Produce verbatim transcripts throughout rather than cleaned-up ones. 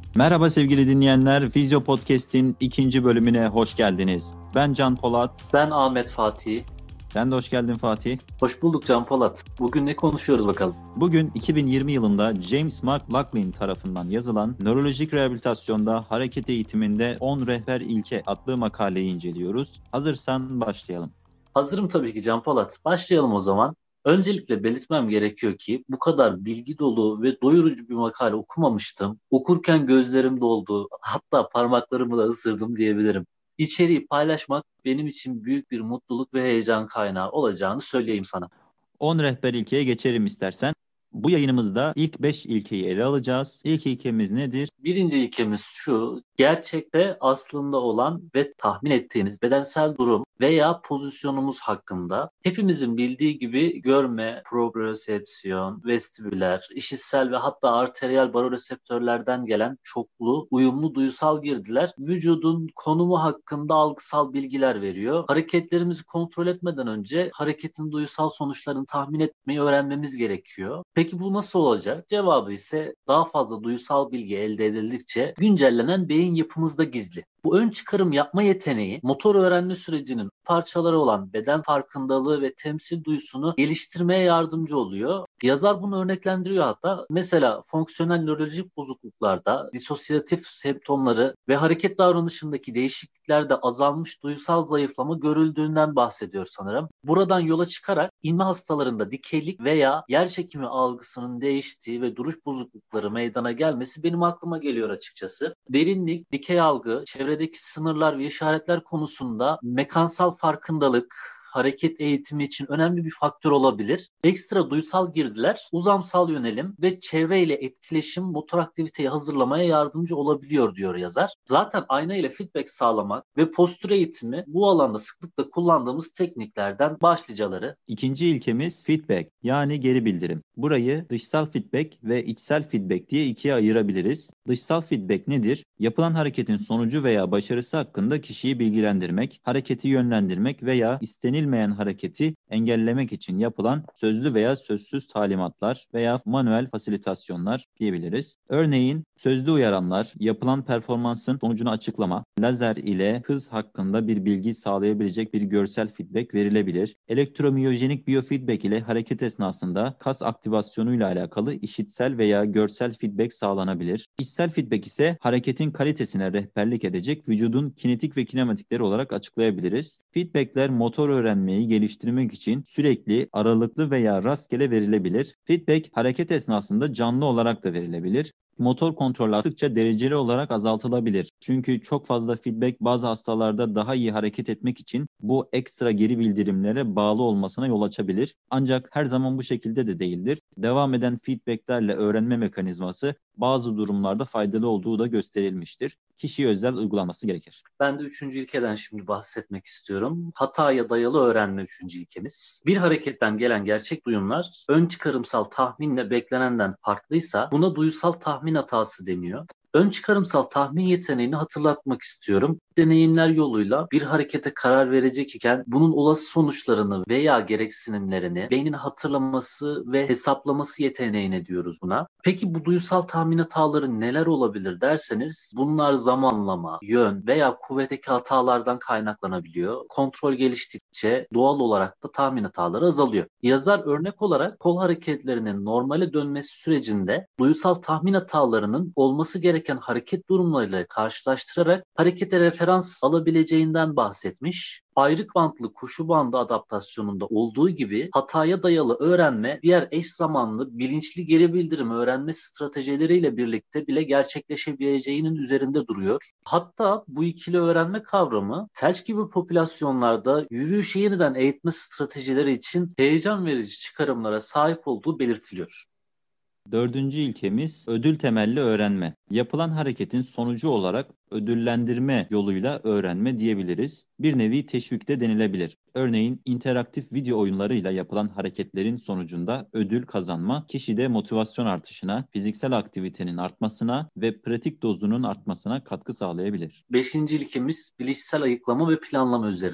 Merhaba sevgili dinleyenler, Fizyo Podcast'in ikinci bölümüne hoş geldiniz. Ben Can Polat. Ben Ahmet Fatih. Sen de hoş geldin Fatih. Hoş bulduk Can Polat. Bugün ne konuşuyoruz bakalım? Bugün iki bin yirmi yılında James McLaughlin tarafından yazılan Nörolojik Rehabilitasyonda Hareket Eğitiminde on Rehber İlke adlı makaleyi inceliyoruz. Hazırsan başlayalım. Hazırım tabii ki Can Polat. Başlayalım o zaman. Öncelikle belirtmem gerekiyor ki bu kadar bilgi dolu ve doyurucu bir makale okumamıştım. Okurken gözlerim doldu, hatta parmaklarımı da ısırdım diyebilirim. İçeriği paylaşmak benim için büyük bir mutluluk ve heyecan kaynağı olacağını söyleyeyim sana. on Rehber İlke'ye geçelim istersen. Bu yayınımızda ilk beş ilkeyi ele alacağız. İlk ilkemiz nedir? Birinci ilkemiz şu: gerçekte aslında olan ve tahmin ettiğimiz bedensel durum veya pozisyonumuz hakkında hepimizin bildiği gibi görme, propriosepsiyon, vestibüler, işitsel ve hatta arteriyel baroreseptörlerden gelen çoklu, uyumlu duysal girdiler vücudun konumu hakkında algısal bilgiler veriyor. Hareketlerimizi kontrol etmeden önce hareketin duysal sonuçlarını tahmin etmeyi öğrenmemiz gerekiyor. Peki bu nasıl olacak? Cevabı ise daha fazla duysal bilgi elde edildikçe güncellenen beyin yapımızda gizli. Bu ön çıkarım yapma yeteneği motor öğrenme sürecinin parçaları olan beden farkındalığı ve temsil duyusunu geliştirmeye yardımcı oluyor. Yazar bunu örneklendiriyor hatta. Mesela fonksiyonel nörolojik bozukluklarda disosiyatif semptomları ve hareket davranışındaki değişikliklerde azalmış duysal zayıflama görüldüğünden bahsediyor sanırım. Buradan yola çıkarak inme hastalarında dikeylik veya yer çekimi algısının değiştiği ve duruş bozuklukları meydana gelmesi benim aklıma geliyor açıkçası. Derinlik, dikey algı, çevredeki sınırlar ve işaretler konusunda mekansal farkındalık, hareket eğitimi için önemli bir faktör olabilir. Ekstra duysal girdiler, uzamsal yönelim ve çevreyle etkileşim motor aktiviteyi hazırlamaya yardımcı olabiliyor diyor yazar. Zaten ayna ile feedback sağlamak ve postür eğitimi bu alanda sıklıkla kullandığımız tekniklerden başlıcaları. İkinci ilkemiz feedback, yani geri bildirim. Burayı dışsal feedback ve içsel feedback diye ikiye ayırabiliriz. Dışsal feedback nedir? Yapılan hareketin sonucu veya başarısı hakkında kişiyi bilgilendirmek, hareketi yönlendirmek veya istenilmeyen hareketi engellemek için yapılan sözlü veya sözsüz talimatlar veya manuel fasilitasyonlar diyebiliriz. Örneğin sözlü uyaranlar, yapılan performansın sonucunu açıklama, lazer ile hız hakkında bir bilgi sağlayabilecek bir görsel feedback verilebilir. Elektromiyojenik biyofeedback ile hareket esnasında kas aktivasyonuyla alakalı işitsel veya görsel feedback sağlanabilir. İçsel feedback ise hareketin kalitesine rehberlik edecek vücudun kinetik ve kinematikleri olarak açıklayabiliriz. Feedbackler motor öğrenmeyi geliştirmek için sürekli, aralıklı veya rastgele verilebilir. Feedback hareket esnasında canlı olarak da verilebilir. Motor kontrol arttıkça dereceli olarak azaltılabilir. Çünkü çok fazla feedback bazı hastalarda daha iyi hareket etmek için bu ekstra geri bildirimlere bağlı olmasına yol açabilir. Ancak her zaman bu şekilde de değildir. Devam eden feedbacklerle öğrenme mekanizması bazı durumlarda faydalı olduğu da gösterilmiştir. Kişiye özel uygulanması gerekir. Ben de üçüncü ilkeden şimdi bahsetmek istiyorum. Hataya dayalı öğrenme üçüncü ilkemiz. Bir hareketten gelen gerçek duyumlar ön çıkarımsal tahminle beklenenden farklıysa buna duysal tahmin hatası deniyor. Ön çıkarımsal tahmin yeteneğini hatırlatmak istiyorum. Deneyimler yoluyla bir harekete karar verecek iken bunun olası sonuçlarını veya gereksinimlerini beynin hatırlaması ve hesaplaması yeteneğine diyoruz buna. Peki bu duysal tahmin hataları neler olabilir derseniz bunlar zamanlama, yön veya kuvvetteki hatalardan kaynaklanabiliyor. Kontrol geliştikçe doğal olarak da tahmin hataları azalıyor. Yazar örnek olarak kol hareketlerinin normale dönmesi sürecinde duysal tahmin hatalarının olması gereken hareket durumlarıyla karşılaştırarak harekete referans alabileceğinden bahsetmiş. Ayrık bantlı koşu bandı adaptasyonunda olduğu gibi hataya dayalı öğrenme diğer eş zamanlı bilinçli geri bildirim öğrenme stratejileriyle birlikte bile gerçekleşebileceğinin üzerinde duruyor. Hatta bu ikili öğrenme kavramı felç gibi popülasyonlarda yürüyüşü yeniden eğitme stratejileri için heyecan verici çıkarımlara sahip olduğu belirtiliyor. Dördüncü ilkemiz ödül temelli öğrenme. Yapılan hareketin sonucu olarak ödüllendirme yoluyla öğrenme diyebiliriz. Bir nevi teşvikte denilebilir. Örneğin interaktif video oyunlarıyla yapılan hareketlerin sonucunda ödül kazanma, kişide motivasyon artışına, fiziksel aktivitenin artmasına ve pratik dozunun artmasına katkı sağlayabilir. Beşinci ilkemiz bilişsel ayıklama ve planlama üzerine.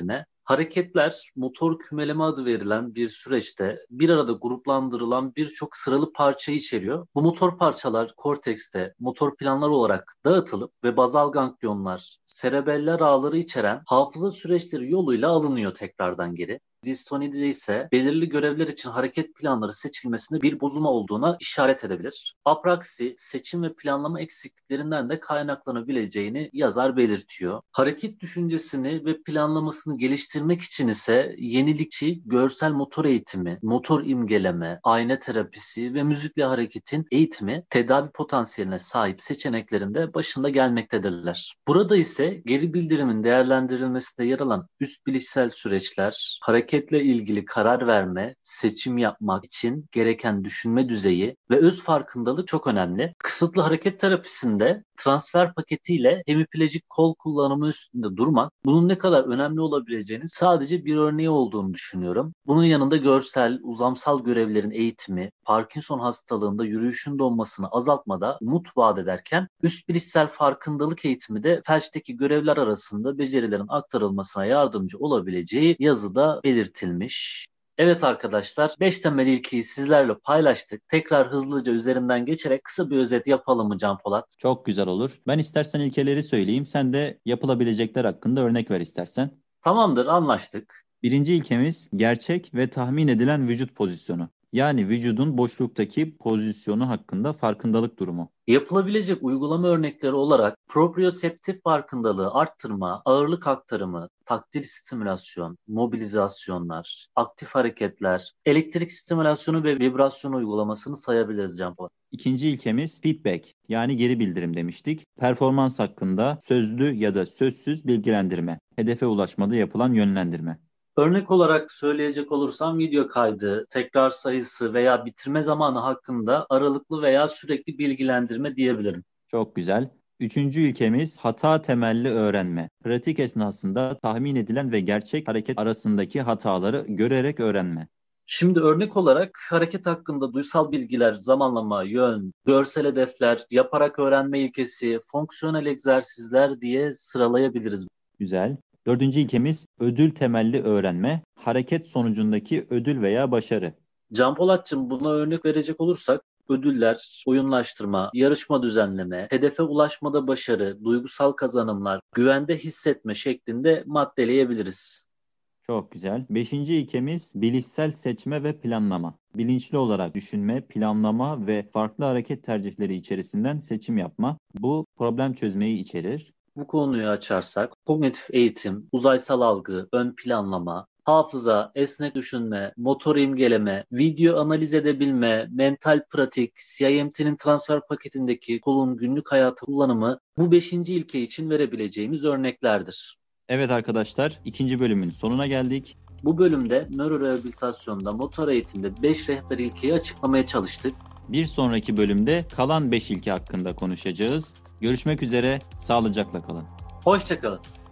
Hareketler, motor kümeleme adı verilen bir süreçte bir arada gruplandırılan birçok sıralı parçayı içeriyor. Bu motor parçalar kortekste motor planlar olarak dağıtılıp ve bazal ganglionlar, serebeller ağları içeren hafıza süreçleri yoluyla alınıyor tekrardan geri. Distonide ise belirli görevler için hareket planları seçilmesinde bir bozulma olduğuna işaret edebilir. Apraksi, seçim ve planlama eksikliklerinden de kaynaklanabileceğini yazar belirtiyor. Hareket düşüncesini ve planlamasını geliştirmek için ise yenilikçi görsel motor eğitimi, motor imgeleme, ayna terapisi ve müzikle hareketin eğitimi tedavi potansiyeline sahip seçeneklerinde başında gelmektedirler. Burada ise geri bildirimin değerlendirilmesinde yer alan üst bilişsel süreçler, hareket hareketle ilgili karar verme, seçim yapmak için gereken düşünme düzeyi ve öz farkındalık çok önemli. Kısıtlı hareket terapisinde transfer paketiyle hemiplejik kol kullanımı üstünde durmak, bunun ne kadar önemli olabileceğini sadece bir örneği olduğunu düşünüyorum. Bunun yanında görsel, uzamsal görevlerin eğitimi, Parkinson hastalığında yürüyüşün donmasını azaltmada umut vaat ederken, üst bilişsel farkındalık eğitimi de felçteki görevler arasında becerilerin aktarılmasına yardımcı olabileceği yazıda belirtilmiş. Evet arkadaşlar, beş temel ilkeyi sizlerle paylaştık. Tekrar hızlıca üzerinden geçerek kısa bir özet yapalım mı Can Polat? Çok güzel olur. Ben istersen ilkeleri söyleyeyim. Sen de yapılabilecekler hakkında örnek ver istersen. Tamamdır, anlaştık. Birinci ilkemiz gerçek ve tahmin edilen vücut pozisyonu. Yani vücudun boşluktaki pozisyonu hakkında farkındalık durumu. Yapılabilecek uygulama örnekleri olarak proprioseptif farkındalığı arttırma, ağırlık aktarımı, taktil stimülasyon, mobilizasyonlar, aktif hareketler, elektrik stimülasyonu ve vibrasyon uygulamasını sayabiliriz Can Polat. İkinci ilkemiz feedback yani geri bildirim demiştik. Performans hakkında sözlü ya da sözsüz bilgilendirme, hedefe ulaşmada yapılan yönlendirme. Örnek olarak söyleyecek olursam video kaydı, tekrar sayısı veya bitirme zamanı hakkında aralıklı veya sürekli bilgilendirme diyebilirim. Çok güzel. Üçüncü ilkemiz hata temelli öğrenme. Pratik esnasında tahmin edilen ve gerçek hareket arasındaki hataları görerek öğrenme. Şimdi örnek olarak hareket hakkında duysal bilgiler, zamanlama, yön, görsel hedefler, yaparak öğrenme ilkesi, fonksiyonel egzersizler diye sıralayabiliriz. Güzel. Dördüncü ilkemiz ödül temelli öğrenme. Hareket sonucundaki ödül veya başarı. Can Polatcığım, buna örnek verecek olursak ödüller, oyunlaştırma, yarışma düzenleme, hedefe ulaşmada başarı, duygusal kazanımlar, güvende hissetme şeklinde maddeleyebiliriz. Çok güzel. Beşinci ilkemiz bilişsel seçme ve planlama. Bilinçli olarak düşünme, planlama ve farklı hareket tercihleri içerisinden seçim yapma. Bu problem çözmeyi içerir. Bu konuyu açarsak kognitif eğitim, uzaysal algı, ön planlama, hafıza, esnek düşünme, motor imgeleme, video analiz edebilme, mental pratik, C I M T'nin transfer paketindeki kolun günlük hayata kullanımı bu beşinci ilke için verebileceğimiz örneklerdir. Evet arkadaşlar, ikinci bölümün sonuna geldik. Bu bölümde nörorehabilitasyonda, motor eğitimde beş rehber ilkeyi açıklamaya çalıştık. Bir sonraki bölümde kalan beş ilke hakkında konuşacağız. Görüşmek üzere, sağlıcakla kalın. Hoşça kalın.